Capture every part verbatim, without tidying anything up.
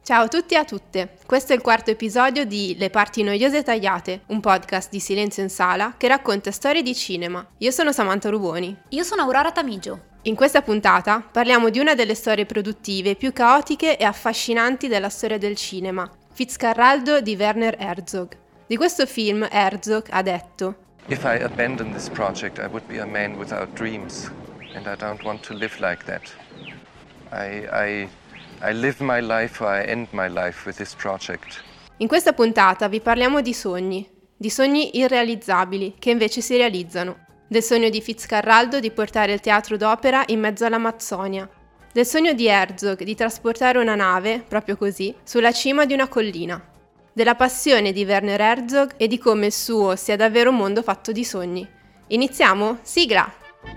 Ciao a tutti e a tutte, questo è il quarto episodio di Le parti noiose tagliate, un podcast di Silenzio in Sala che racconta storie di cinema. Io sono Samantha Ruboni. Io sono Aurora Tamigio. In questa puntata parliamo di una delle storie produttive più caotiche e affascinanti della storia del cinema, Fitzcarraldo di Werner Herzog. Di questo film Herzog ha detto: If I abandon this project, I would be a man without dreams, and I don't want to live like that. I, I, I live my life or I end my life with this project. In questa puntata vi parliamo di sogni, di sogni irrealizzabili che invece si realizzano, del sogno di Fitzcarraldo di portare il teatro d'opera in mezzo all'Amazzonia, del sogno di Herzog di trasportare una nave, proprio così, sulla cima di una collina, della passione di Werner Herzog e di come il suo sia davvero un mondo fatto di sogni. Iniziamo? Sigla!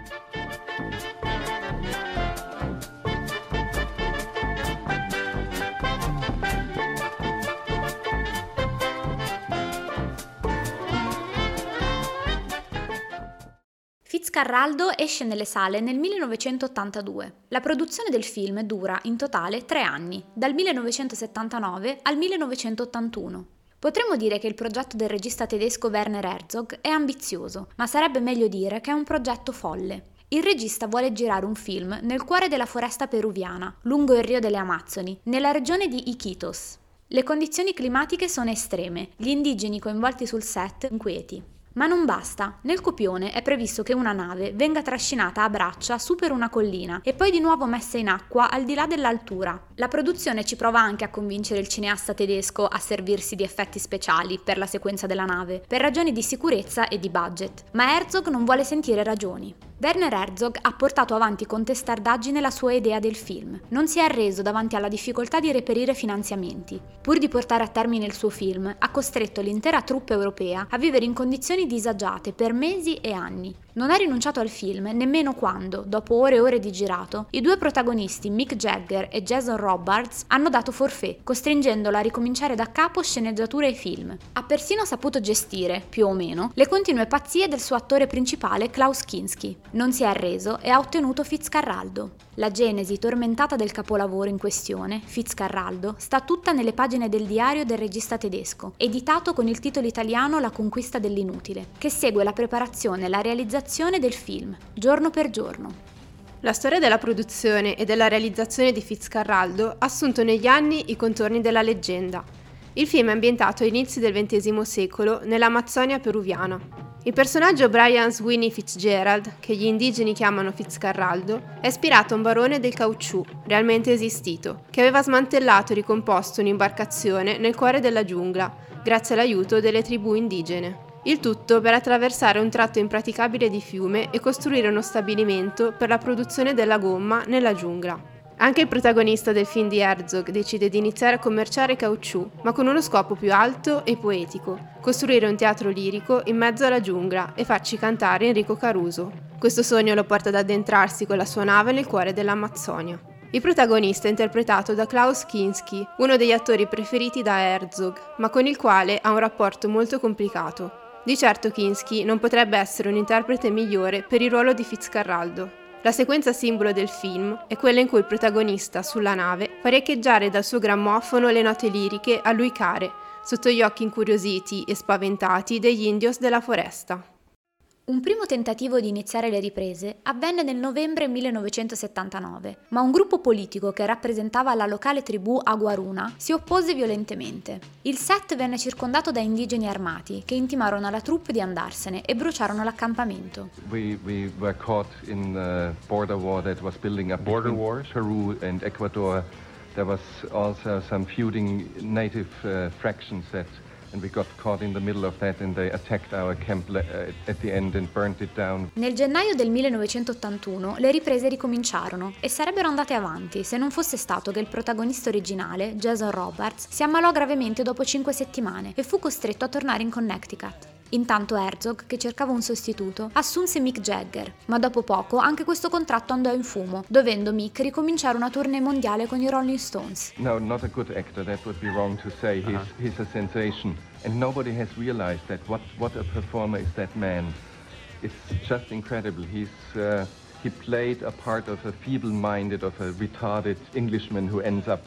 Fitzcarraldo esce nelle sale nel millenovecentottantadue. La produzione del film dura in totale tre anni, dal millenovecentosettantanove al millenovecentottantuno. Potremmo dire che il progetto del regista tedesco Werner Herzog è ambizioso, ma sarebbe meglio dire che è un progetto folle. Il regista vuole girare un film nel cuore della foresta peruviana, lungo il Rio delle Amazzoni, nella regione di Iquitos. Le condizioni climatiche sono estreme, gli indigeni coinvolti sul set inquieti. Ma non basta, nel copione è previsto che una nave venga trascinata a braccia su per una collina e poi di nuovo messa in acqua al di là dell'altura. La produzione ci prova anche a convincere il cineasta tedesco a servirsi di effetti speciali per la sequenza della nave, per ragioni di sicurezza e di budget, ma Herzog non vuole sentire ragioni. Werner Herzog ha portato avanti con testardaggine la sua idea del film. Non si è arreso davanti alla difficoltà di reperire finanziamenti. Pur di portare a termine il suo film, ha costretto l'intera troupe europea a vivere in condizioni disagiate per mesi e anni. Non ha rinunciato al film nemmeno quando, dopo ore e ore di girato, i due protagonisti Mick Jagger e Jason Robards hanno dato forfait, costringendolo a ricominciare da capo sceneggiature e film. Ha persino saputo gestire, più o meno, le continue pazzie del suo attore principale Klaus Kinski. Non si è arreso e ha ottenuto Fitzcarraldo. La genesi tormentata del capolavoro in questione, Fitzcarraldo, sta tutta nelle pagine del diario del regista tedesco, editato con il titolo italiano La conquista dell'inutile, che segue la preparazione e la realizzazione del film, giorno per giorno. La storia della produzione e della realizzazione di Fitzcarraldo ha assunto negli anni i contorni della leggenda. Il film è ambientato agli inizi del ventesimo secolo nell'Amazzonia peruviana. Il personaggio Brian Sweeney Fitzgerald, che gli indigeni chiamano Fitzcarraldo, è ispirato a un barone del caucciù, realmente esistito, che aveva smantellato e ricomposto un'imbarcazione nel cuore della giungla, grazie all'aiuto delle tribù indigene. Il tutto per attraversare un tratto impraticabile di fiume e costruire uno stabilimento per la produzione della gomma nella giungla. Anche il protagonista del film di Herzog decide di iniziare a commerciare caucciù, ma con uno scopo più alto e poetico: costruire un teatro lirico in mezzo alla giungla e farci cantare Enrico Caruso. Questo sogno lo porta ad addentrarsi con la sua nave nel cuore dell'Amazzonia. Il protagonista è interpretato da Klaus Kinski, uno degli attori preferiti da Herzog, ma con il quale ha un rapporto molto complicato. Di certo Kinski non potrebbe essere un interprete migliore per il ruolo di Fitzcarraldo. La sequenza simbolo del film è quella in cui il protagonista, sulla nave, fa riecheggiare dal suo grammofono le note liriche a lui care, sotto gli occhi incuriositi e spaventati degli indios della foresta. Un primo tentativo di iniziare le riprese avvenne nel novembre millenovecentosettantanove, ma un gruppo politico che rappresentava la locale tribù Aguaruna si oppose violentemente. Il set venne circondato da indigeni armati che intimarono alla troupe di andarsene e bruciarono l'accampamento. We, we were caught in a border war that was building up Border between wars? Peru and Ecuador. There was also some feuding native uh, fractions that and we got caught in the middle of that and they attacked our camp uh, at the end and burnt it down. Nel gennaio del millenovecentottantuno le riprese ricominciarono e sarebbero andate avanti se non fosse stato che il protagonista originale, Jason Robards, si ammalò gravemente dopo cinque settimane e fu costretto a tornare in Connecticut. Intanto Herzog, che cercava un sostituto, assunse Mick Jagger, ma dopo poco anche questo contratto andò in fumo, dovendo Mick ricominciare una tournée mondiale con i Rolling Stones. No, not a good actor, that would be wrong to say. He's, uh-huh. he's a sensation. And nobody has realized that what, what a performer is that man. It's just incredible. He's, uh, he played a part of a feeble-minded, of a retarded Englishman who ends up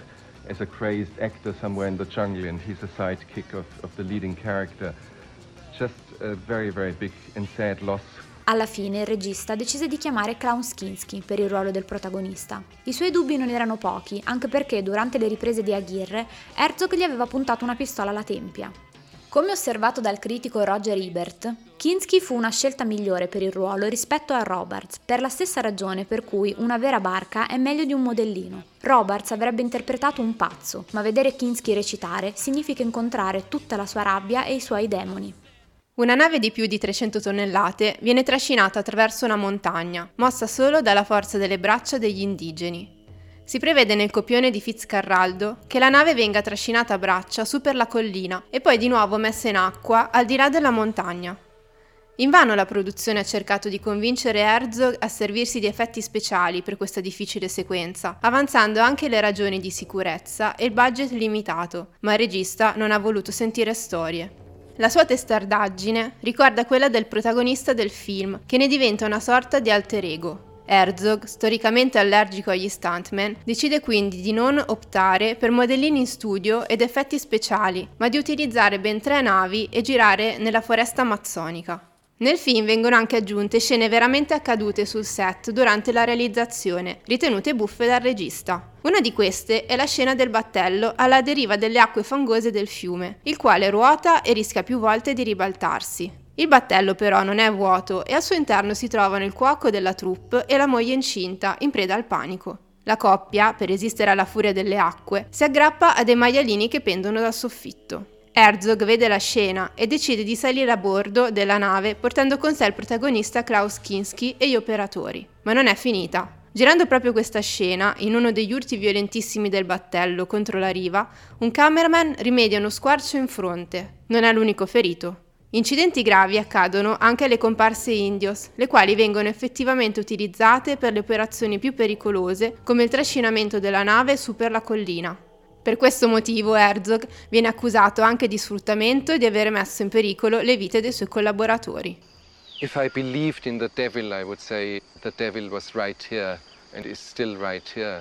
as a crazed actor somewhere in the jungle, and he's a sidekick of, of the leading character. Just a very, very big and sad loss. Alla fine il regista decise di chiamare Klaus Kinski per il ruolo del protagonista. I suoi dubbi non erano pochi, anche perché durante le riprese di Aguirre, Herzog gli aveva puntato una pistola alla tempia. Come osservato dal critico Roger Ebert, Kinski fu una scelta migliore per il ruolo rispetto a Robards, per la stessa ragione per cui una vera barca è meglio di un modellino. Robards avrebbe interpretato un pazzo, ma vedere Kinski recitare significa incontrare tutta la sua rabbia e i suoi demoni. Una nave di più di trecento tonnellate viene trascinata attraverso una montagna, mossa solo dalla forza delle braccia degli indigeni. Si prevede nel copione di Fitzcarraldo che la nave venga trascinata a braccia su per la collina e poi di nuovo messa in acqua al di là della montagna. Invano la produzione ha cercato di convincere Herzog a servirsi di effetti speciali per questa difficile sequenza, avanzando anche le ragioni di sicurezza e il budget limitato, ma il regista non ha voluto sentire storie. La sua testardaggine ricorda quella del protagonista del film, che ne diventa una sorta di alter ego. Herzog, storicamente allergico agli stuntman, decide quindi di non optare per modellini in studio ed effetti speciali, ma di utilizzare ben tre navi e girare nella foresta amazzonica. Nel film vengono anche aggiunte scene veramente accadute sul set durante la realizzazione, ritenute buffe dal regista. Una di queste è la scena del battello alla deriva delle acque fangose del fiume, il quale ruota e rischia più volte di ribaltarsi. Il battello però non è vuoto e al suo interno si trovano il cuoco della troupe e la moglie incinta, in preda al panico. La coppia, per resistere alla furia delle acque, si aggrappa a dei maialini che pendono dal soffitto. Herzog vede la scena e decide di salire a bordo della nave portando con sé il protagonista Klaus Kinski e gli operatori. Ma non è finita. Girando proprio questa scena, in uno degli urti violentissimi del battello contro la riva, un cameraman rimedia uno squarcio in fronte. Non è l'unico ferito. Incidenti gravi accadono anche alle comparse indios, le quali vengono effettivamente utilizzate per le operazioni più pericolose, come il trascinamento della nave su per la collina. Per questo motivo Herzog viene accusato anche di sfruttamento e di aver messo in pericolo le vite dei suoi collaboratori. If I believed in the devil, I would say the devil was right here and is still right here.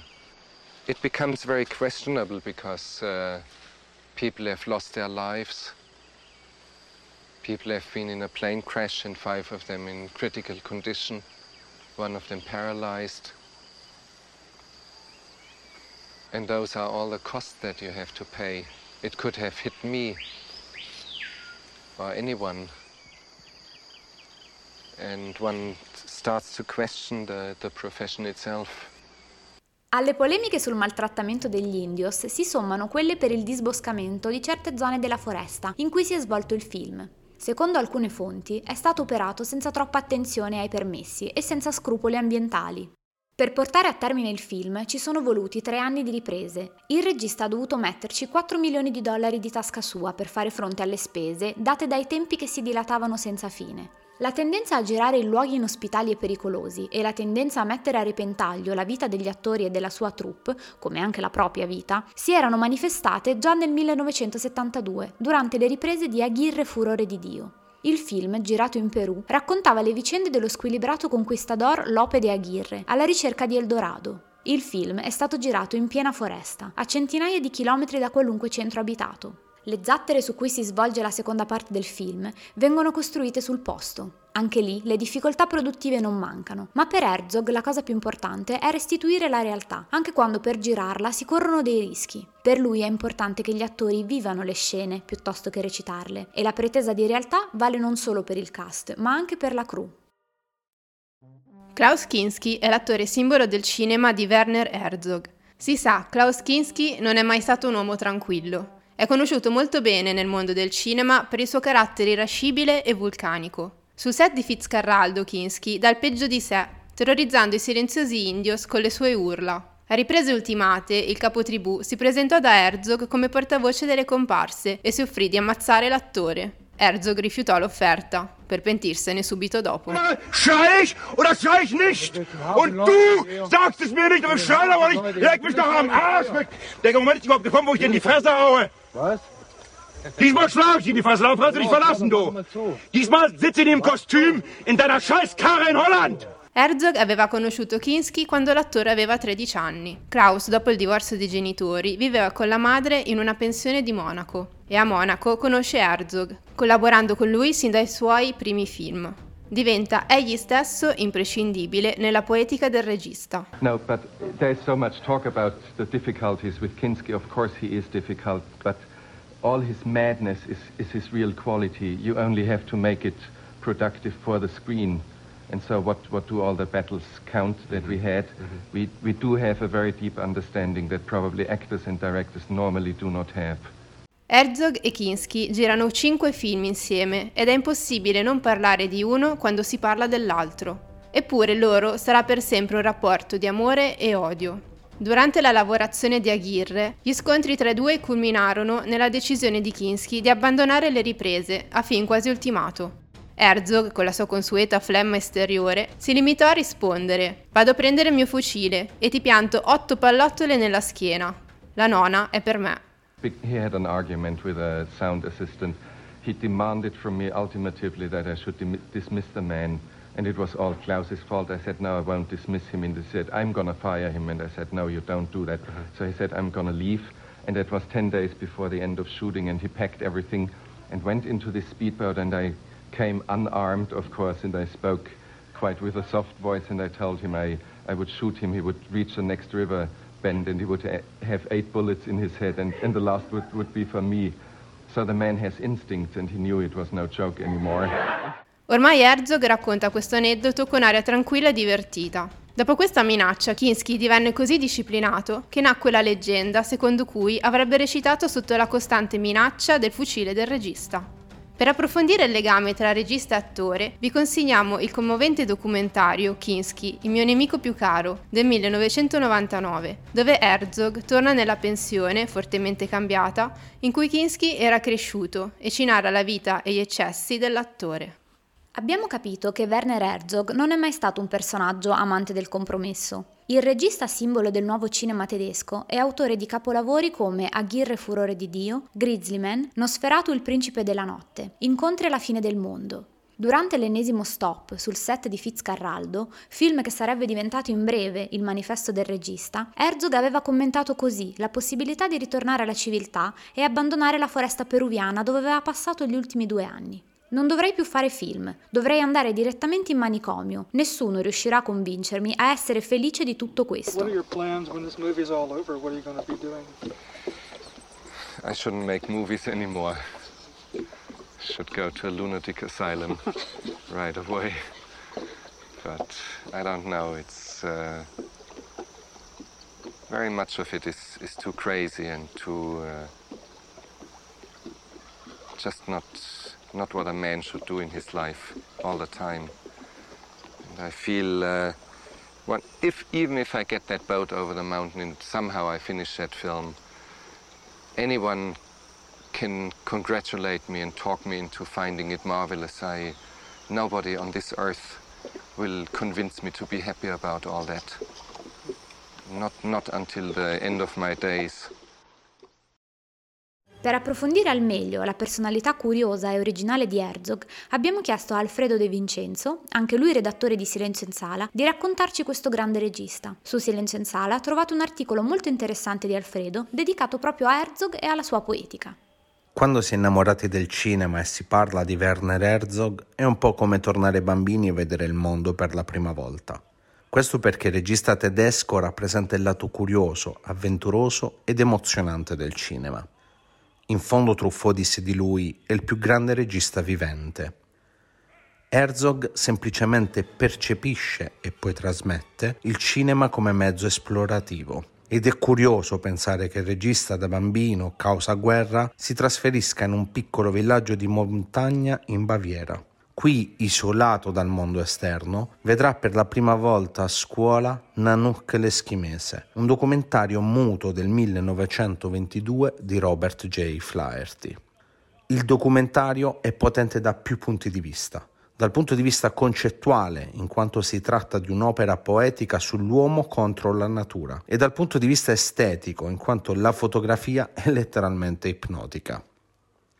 It becomes very questionable because uh, people have lost their lives. People have been in a plane crash and five of them in critical condition, one of them paralyzed. And those are all the costs that you have to pay. It could have hit me or anyone. And one starts to question the, the profession itself. Alle polemiche sul maltrattamento degli indios si sommano quelle per il disboscamento di certe zone della foresta in cui si è svolto il film. Secondo alcune fonti è stato operato senza troppa attenzione ai permessi e senza scrupoli ambientali. Per portare a termine il film ci sono voluti tre anni di riprese. Il regista ha dovuto metterci quattro milioni di dollari di tasca sua per fare fronte alle spese date dai tempi che si dilatavano senza fine. La tendenza a girare in luoghi inospitali e pericolosi e la tendenza a mettere a repentaglio la vita degli attori e della sua troupe, come anche la propria vita, si erano manifestate già nel millenovecentosettantadue, durante le riprese di Aguirre Furore di Dio. Il film, girato in Perù, raccontava le vicende dello squilibrato conquistador Lope de Aguirre, alla ricerca di Eldorado. Il film è stato girato in piena foresta, a centinaia di chilometri da qualunque centro abitato. Le zattere su cui si svolge la seconda parte del film vengono costruite sul posto. Anche lì le difficoltà produttive non mancano, ma per Herzog la cosa più importante è restituire la realtà, anche quando per girarla si corrono dei rischi. Per lui è importante che gli attori vivano le scene piuttosto che recitarle, e la pretesa di realtà vale non solo per il cast, ma anche per la crew. Klaus Kinski è l'attore simbolo del cinema di Werner Herzog. Si sa, Klaus Kinski non è mai stato un uomo tranquillo. È conosciuto molto bene nel mondo del cinema per il suo carattere irascibile e vulcanico. Sul set di Fitzcarraldo Kinski dà il peggio di sé, terrorizzando i silenziosi indios con le sue urla. A riprese ultimate, il capotribù si presentò da Herzog come portavoce delle comparse e si offrì di ammazzare l'attore. Herzog rifiutò l'offerta, per pentirsene subito dopo. Schrei ich oder schrei ich nicht? Und du sagst es mir nicht, aber schrei aber nicht. Leg mich doch am Arsch weg. Der Moment ist überhaupt gekommen, wo ich dir in die Fresse haue. Was? Diesmal schlaf ich in die Fresse, darauf hast du dich verlassen, du. Diesmal sitze ich in dem Kostüm in deiner scheiß Karre in Holland. Herzog aveva conosciuto Kinski quando l'attore aveva tredici anni. Klaus, dopo il divorzio dei genitori, viveva con la madre in una pensione di Monaco e a Monaco conosce Herzog, collaborando con lui sin dai suoi primi film. Diventa egli stesso imprescindibile nella poetica del regista. No, but there's so much talk about the difficulties with Kinski. Of course he is difficult, but all his madness is, is his real quality. You only have to make it productive for the screen. And so what, what do all the battles count that we had? Mm-hmm. We, we do have a very deep understanding that probably actors and directors normally do not have. Herzog e Kinski girano cinque film insieme ed è impossibile non parlare di uno quando si parla dell'altro. Eppure loro sarà per sempre un rapporto di amore e odio. Durante la lavorazione di Aguirre, gli scontri tra i due culminarono nella decisione di Kinski di abbandonare le riprese a fin quasi ultimato. Herzog, con la sua consueta flemma esteriore, si limitò a rispondere: «Vado a prendere il mio fucile e ti pianto otto pallottole nella schiena. La nona è per me». He had an argument with a sound assistant. He demanded from me ultimately that I should dim- dismiss the man, and it was all Klaus's fault. I said, no, I won't dismiss him, and he said, I'm going to fire him, and I said, no, you don't do that. Uh-huh. So he said, I'm going to leave, and that was ten days before the end of shooting, and he packed everything and went into this speedboat, and I came unarmed, of course, and I spoke quite with a soft voice, and I told him I, I would shoot him. He would reach the next river bend, and he would ha- have eight bullets in his head, and, and the last would, would be for me. So the man has instincts, and he knew it was no joke anymore. Ormai Herzog racconta questo aneddoto con aria tranquilla e divertita. Dopo questa minaccia, Kinski divenne così disciplinato che nacque la leggenda secondo cui avrebbe recitato sotto la costante minaccia del fucile del regista. Per approfondire il legame tra regista e attore, vi consigliamo il commovente documentario Kinski, il mio nemico più caro, del millenovecentonovantanove, dove Herzog torna nella pensione, fortemente cambiata, in cui Kinski era cresciuto e ci narra la vita e gli eccessi dell'attore. Abbiamo capito che Werner Herzog non è mai stato un personaggio amante del compromesso. Il regista simbolo del nuovo cinema tedesco è autore di capolavori come Aguirre Furore di Dio, Grizzly Man, Nosferatu il principe della notte, Incontri alla fine del mondo. Durante l'ennesimo stop sul set di Fitzcarraldo, film che sarebbe diventato in breve il manifesto del regista, Herzog aveva commentato così la possibilità di ritornare alla civiltà e abbandonare la foresta peruviana dove aveva passato gli ultimi due anni. Non dovrei più fare film, dovrei andare direttamente in manicomio. Nessuno riuscirà a convincermi a essere felice di tutto questo. What are your plans when this movie is all over? What are you going to be doing? I shouldn't make movies anymore. Should go to a lunatic asylum right away. But I don't know, it's uh, very much of it is, is too crazy and too uh, just not not what a man should do in his life all the time. And I feel, uh, well, if even if I get that boat over the mountain and somehow I finish that film, anyone can congratulate me and talk me into finding it marvelous. I, nobody on this earth will convince me to be happy about all that. Not, not until the end of my days. Per approfondire al meglio la personalità curiosa e originale di Herzog, abbiamo chiesto a Alfredo De Vincenzo, anche lui redattore di Silenzio in Sala, di raccontarci questo grande regista. Su Silenzio in Sala trovate un articolo molto interessante di Alfredo dedicato proprio a Herzog e alla sua poetica. Quando si è innamorati del cinema e si parla di Werner Herzog, è un po' come tornare bambini e vedere il mondo per la prima volta. Questo perché il regista tedesco rappresenta il lato curioso, avventuroso ed emozionante del cinema. In fondo Truffaut disse di lui: è il più grande regista vivente. Herzog semplicemente percepisce e poi trasmette il cinema come mezzo esplorativo. Ed è curioso pensare che il regista da bambino, causa guerra, si trasferisca in un piccolo villaggio di montagna in Baviera. Qui, isolato dal mondo esterno, vedrà per la prima volta a scuola Nanook l'Eschimese, un documentario muto del millenovecentoventidue di Robert J. Flaherty. Il documentario è potente da più punti di vista. Dal punto di vista concettuale, in quanto si tratta di un'opera poetica sull'uomo contro la natura, e dal punto di vista estetico, in quanto la fotografia è letteralmente ipnotica.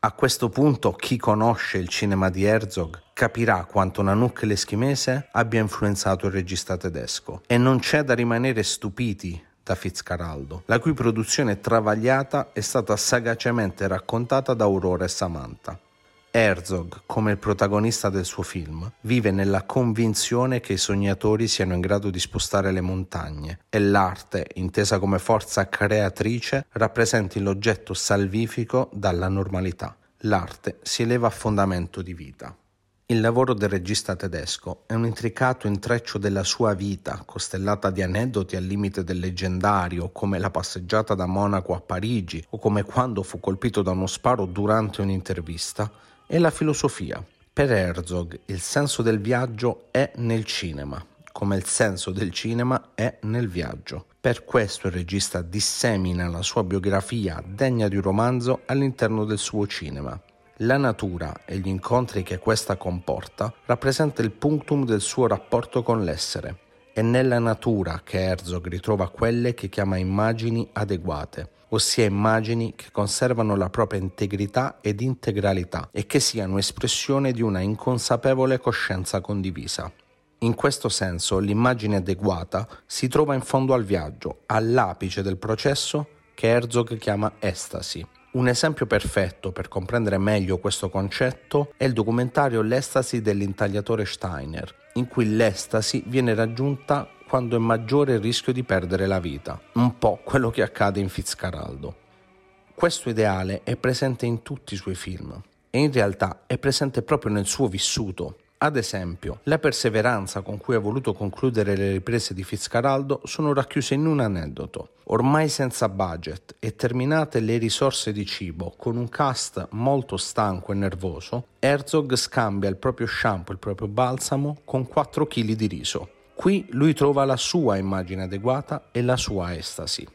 A questo punto chi conosce il cinema di Herzog capirà quanto Nanook l'Eschimese abbia influenzato il regista tedesco e non c'è da rimanere stupiti da Fitzcarraldo, la cui produzione travagliata è stata sagacemente raccontata da Aurora e Samantha. Herzog, come il protagonista del suo film, vive nella convinzione che i sognatori siano in grado di spostare le montagne e l'arte, intesa come forza creatrice, rappresenti l'oggetto salvifico dalla normalità. L'arte si eleva a fondamento di vita. Il lavoro del regista tedesco è un intricato intreccio della sua vita, costellata di aneddoti al limite del leggendario, come la passeggiata da Monaco a Parigi o come quando fu colpito da uno sparo durante un'intervista, e la filosofia. Per Herzog il senso del viaggio è nel cinema, come il senso del cinema è nel viaggio. Per questo il regista dissemina la sua biografia degna di un romanzo all'interno del suo cinema. La natura e gli incontri che questa comporta rappresenta il punctum del suo rapporto con l'essere. È nella natura che Herzog ritrova quelle che chiama immagini adeguate, ossia immagini che conservano la propria integrità ed integralità e che siano espressione di una inconsapevole coscienza condivisa. In questo senso l'immagine adeguata si trova in fondo al viaggio, all'apice del processo che Herzog chiama estasi. Un esempio perfetto per comprendere meglio questo concetto è il documentario L'estasi dell'intagliatore Steiner, in cui l'estasi viene raggiunta quando è maggiore il rischio di perdere la vita, un po' quello che accade in Fitzcarraldo. Questo ideale è presente in tutti i suoi film e in realtà è presente proprio nel suo vissuto. Ad esempio, la perseveranza con cui ha voluto concludere le riprese di Fitzcarraldo sono racchiuse in un aneddoto. Ormai senza budget e terminate le risorse di cibo, con un cast molto stanco e nervoso, Herzog scambia il proprio shampoo e il proprio balsamo con quattro chili di riso. Qui lui trova la sua immagine adeguata e la sua estasi.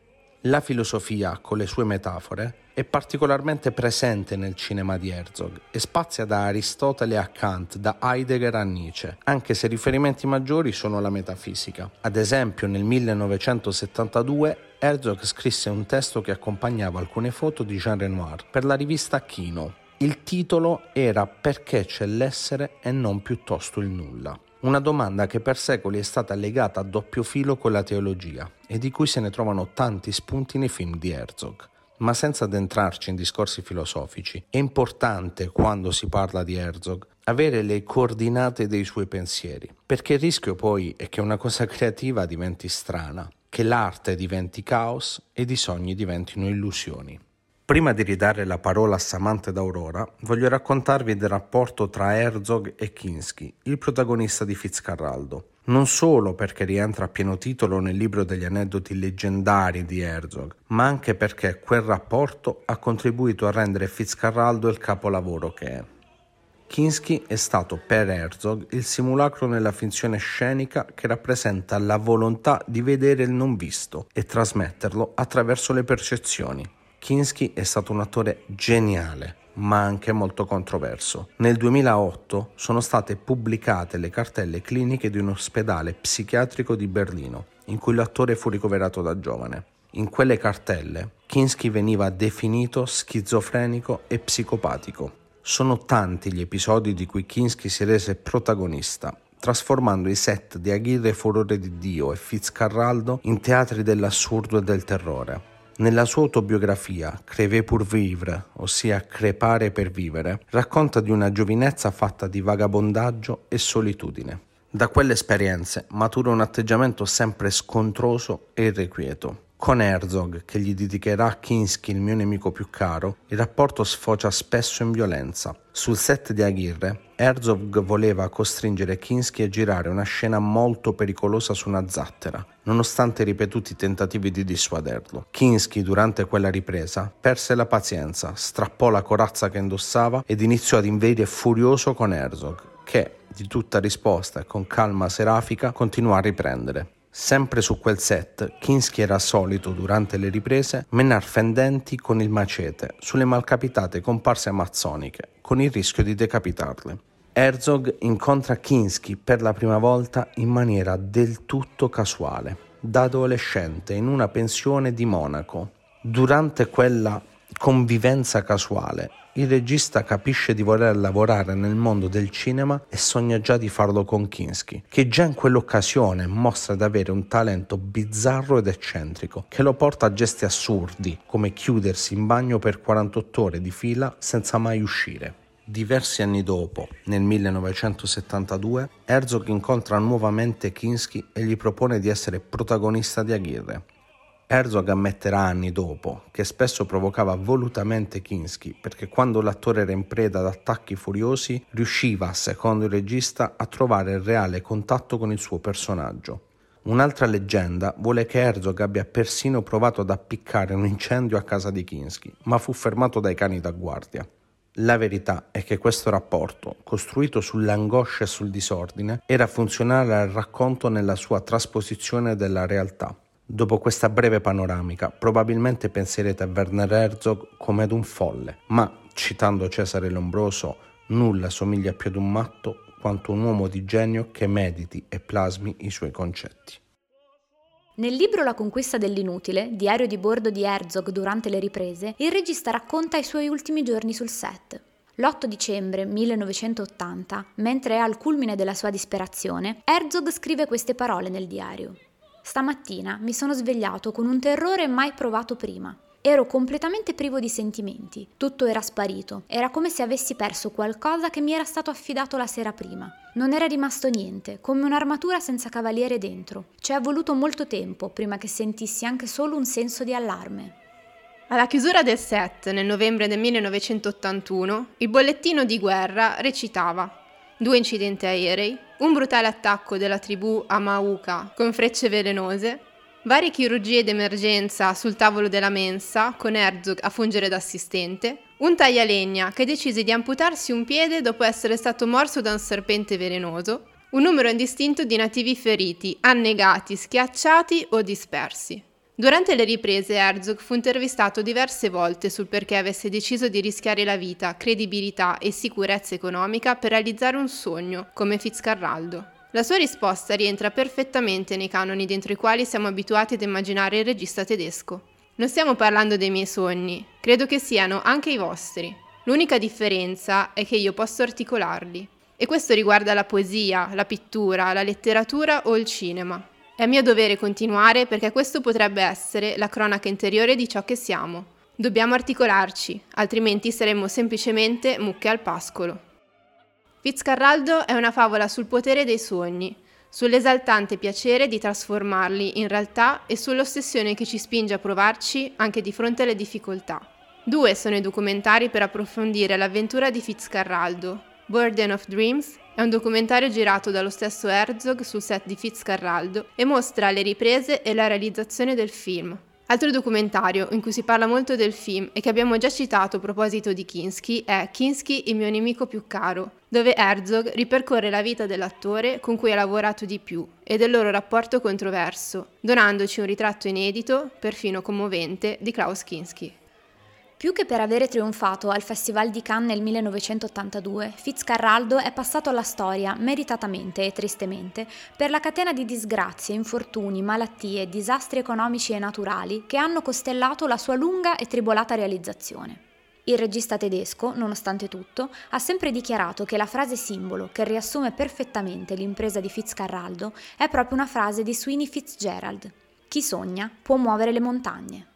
La filosofia, con le sue metafore, è particolarmente presente nel cinema di Herzog e spazia da Aristotele a Kant, da Heidegger a Nietzsche, anche se i riferimenti maggiori sono la metafisica. Ad esempio, nel millenovecentosettantadue Herzog scrisse un testo che accompagnava alcune foto di Jean Renoir per la rivista Kino. Il titolo era Perché c'è l'essere e non piuttosto il nulla. Una domanda che per secoli è stata legata a doppio filo con la teologia e di cui se ne trovano tanti spunti nei film di Herzog. Ma senza addentrarci in discorsi filosofici, è importante, quando si parla di Herzog, avere le coordinate dei suoi pensieri, perché il rischio poi è che una cosa creativa diventi strana, che l'arte diventi caos ed i sogni diventino illusioni. Prima di ridare la parola a Samantha ed Aurora, voglio raccontarvi del rapporto tra Herzog e Kinski, il protagonista di Fitzcarraldo. Non solo perché rientra a pieno titolo nel libro degli aneddoti leggendari di Herzog, ma anche perché quel rapporto ha contribuito a rendere Fitzcarraldo il capolavoro che è. Kinski è stato per Herzog il simulacro nella finzione scenica che rappresenta la volontà di vedere il non visto e trasmetterlo attraverso le percezioni. Kinski è stato un attore geniale, ma anche molto controverso. Nel duemilaotto sono state pubblicate le cartelle cliniche di un ospedale psichiatrico di Berlino, in cui l'attore fu ricoverato da giovane. In quelle cartelle Kinski veniva definito schizofrenico e psicopatico. Sono tanti gli episodi di cui Kinski si rese protagonista, trasformando i set di Aguirre Furore di Dio e Fitzcarraldo in teatri dell'assurdo e del terrore. Nella sua autobiografia Crever pour vivre, ossia crepare per vivere, racconta di una giovinezza fatta di vagabondaggio e solitudine. Da quelle esperienze matura un atteggiamento sempre scontroso e irrequieto. Con Herzog, che gli dedicherà Kinski il mio nemico più caro, il rapporto sfocia spesso in violenza. Sul set di Aguirre, Herzog voleva costringere Kinski a girare una scena molto pericolosa su una zattera, nonostante i ripetuti tentativi di dissuaderlo. Kinski, durante quella ripresa, perse la pazienza, strappò la corazza che indossava ed iniziò ad inveire furioso con Herzog, che, di tutta risposta e con calma serafica, continuò a riprendere. Sempre su quel set, Kinski era solito, durante le riprese, menar fendenti con il macete sulle malcapitate comparse amazzoniche, con il rischio di decapitarle. Herzog incontra Kinski per la prima volta in maniera del tutto casuale, da adolescente in una pensione di Monaco. Durante quella convivenza casuale. Il regista capisce di voler lavorare nel mondo del cinema e sogna già di farlo con Kinski, che già in quell'occasione mostra di avere un talento bizzarro ed eccentrico, che lo porta a gesti assurdi, come chiudersi in bagno per quarantotto ore di fila senza mai uscire. Diversi anni dopo, nel millenovecentosettantadue, Herzog incontra nuovamente Kinski e gli propone di essere protagonista di Aguirre. Herzog ammetterà anni dopo che spesso provocava volutamente Kinski perché quando l'attore era in preda ad attacchi furiosi riusciva, secondo il regista, a trovare il reale contatto con il suo personaggio. Un'altra leggenda vuole che Herzog abbia persino provato ad appiccare un incendio a casa di Kinski, ma fu fermato dai cani da guardia. La verità è che questo rapporto, costruito sull'angoscia e sul disordine, era funzionale al racconto nella sua trasposizione della realtà. Dopo questa breve panoramica, probabilmente penserete a Werner Herzog come ad un folle, ma, citando Cesare Lombroso, nulla somiglia più ad un matto quanto un uomo di genio che mediti e plasmi i suoi concetti. Nel libro La conquista dell'inutile, diario di bordo di Herzog durante le riprese, il regista racconta i suoi ultimi giorni sul set. L'otto dicembre millenovecentottanta, mentre è al culmine della sua disperazione, Herzog scrive queste parole nel diario. Stamattina mi sono svegliato con un terrore mai provato prima. Ero completamente privo di sentimenti, tutto era sparito, era come se avessi perso qualcosa che mi era stato affidato la sera prima. Non era rimasto niente, come un'armatura senza cavaliere dentro. Ci è voluto molto tempo prima che sentissi anche solo un senso di allarme. Alla chiusura del set, nel novembre del millenovecentottantuno, il bollettino di guerra recitava: due incidenti aerei, un brutale attacco della tribù Amauca con frecce velenose, varie chirurgie d'emergenza sul tavolo della mensa con Herzog a fungere da assistente, un taglialegna che decise di amputarsi un piede dopo essere stato morso da un serpente velenoso, un numero indistinto di nativi feriti, annegati, schiacciati o dispersi. Durante le riprese Herzog fu intervistato diverse volte sul perché avesse deciso di rischiare la vita, credibilità e sicurezza economica per realizzare un sogno, come Fitzcarraldo. La sua risposta rientra perfettamente nei canoni dentro i quali siamo abituati ad immaginare il regista tedesco. Non stiamo parlando dei miei sogni, credo che siano anche i vostri. L'unica differenza è che io posso articolarli. E questo riguarda la poesia, la pittura, la letteratura o il cinema. È mio dovere continuare perché questo potrebbe essere la cronaca interiore di ciò che siamo. Dobbiamo articolarci, altrimenti saremmo semplicemente mucche al pascolo. Fitzcarraldo è una favola sul potere dei sogni, sull'esaltante piacere di trasformarli in realtà e sull'ossessione che ci spinge a provarci anche di fronte alle difficoltà. Due sono i documentari per approfondire l'avventura di Fitzcarraldo. Burden of Dreams è un documentario girato dallo stesso Herzog sul set di Fitzcarraldo e mostra le riprese e la realizzazione del film. Altro documentario in cui si parla molto del film e che abbiamo già citato a proposito di Kinski è Kinski, il mio nemico più caro, dove Herzog ripercorre la vita dell'attore con cui ha lavorato di più e del loro rapporto controverso, donandoci un ritratto inedito, perfino commovente, di Klaus Kinski. Più che per avere trionfato al Festival di Cannes nel millenovecentottantadue, Fitzcarraldo è passato alla storia, meritatamente e tristemente, per la catena di disgrazie, infortuni, malattie, disastri economici e naturali che hanno costellato la sua lunga e tribolata realizzazione. Il regista tedesco, nonostante tutto, ha sempre dichiarato che la frase simbolo, che riassume perfettamente l'impresa di Fitzcarraldo, è proprio una frase di Sweeney Fitzgerald: chi sogna può muovere le montagne.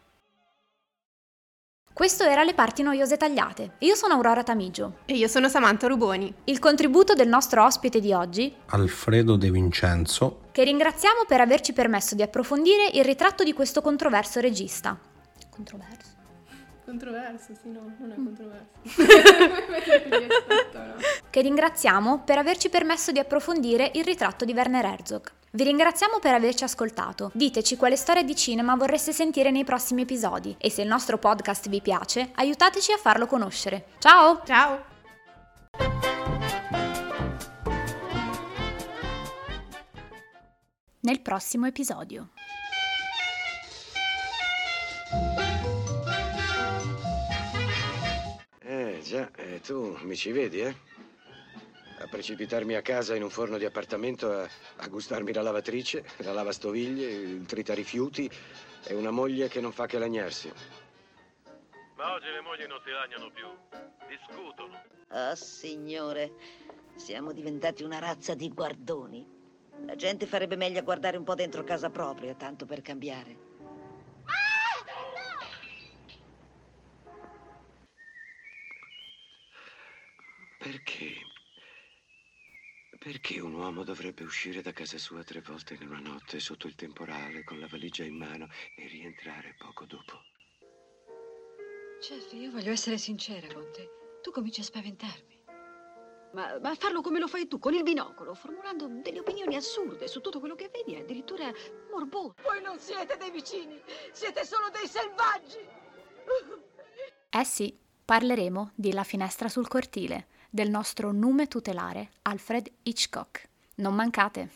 Questo era Le parti noiose tagliate. Io sono Aurora Tamigio. E io sono Samantha Ruboni. Il contributo del nostro ospite di oggi, Alfredo De Vincenzo, che ringraziamo per averci permesso di approfondire il ritratto di questo controverso regista. Controverso? Controverso, sì, no, non è controverso. Che ringraziamo per averci permesso di approfondire il ritratto di Werner Herzog. Vi ringraziamo per averci ascoltato. Diteci quale storia di cinema vorreste sentire nei prossimi episodi e se il nostro podcast vi piace, aiutateci a farlo conoscere. Ciao! Ciao! Nel prossimo episodio. Eh già, eh, tu mi ci vedi, eh? A precipitarmi a casa in un forno di appartamento a, a gustarmi la lavatrice, la lavastoviglie, il tritarifiuti e una moglie che non fa che lagnarsi. Ma oggi le mogli non si lagnano più, discutono. Oh, signore, siamo diventati una razza di guardoni. La gente farebbe meglio a guardare un po' dentro casa propria, tanto per cambiare. Perché? Perché un uomo dovrebbe uscire da casa sua tre volte in una notte sotto il temporale con la valigia in mano e rientrare poco dopo? Jeff, io voglio essere sincera con te. Tu cominci a spaventarmi. Ma, ma farlo come lo fai tu, con il binocolo, formulando delle opinioni assurde su tutto quello che vedi, addirittura morboso. Voi non siete dei vicini, siete solo dei selvaggi. Eh sì, parleremo di La finestra sul cortile, del nostro nume tutelare Alfred Hitchcock. Non mancate!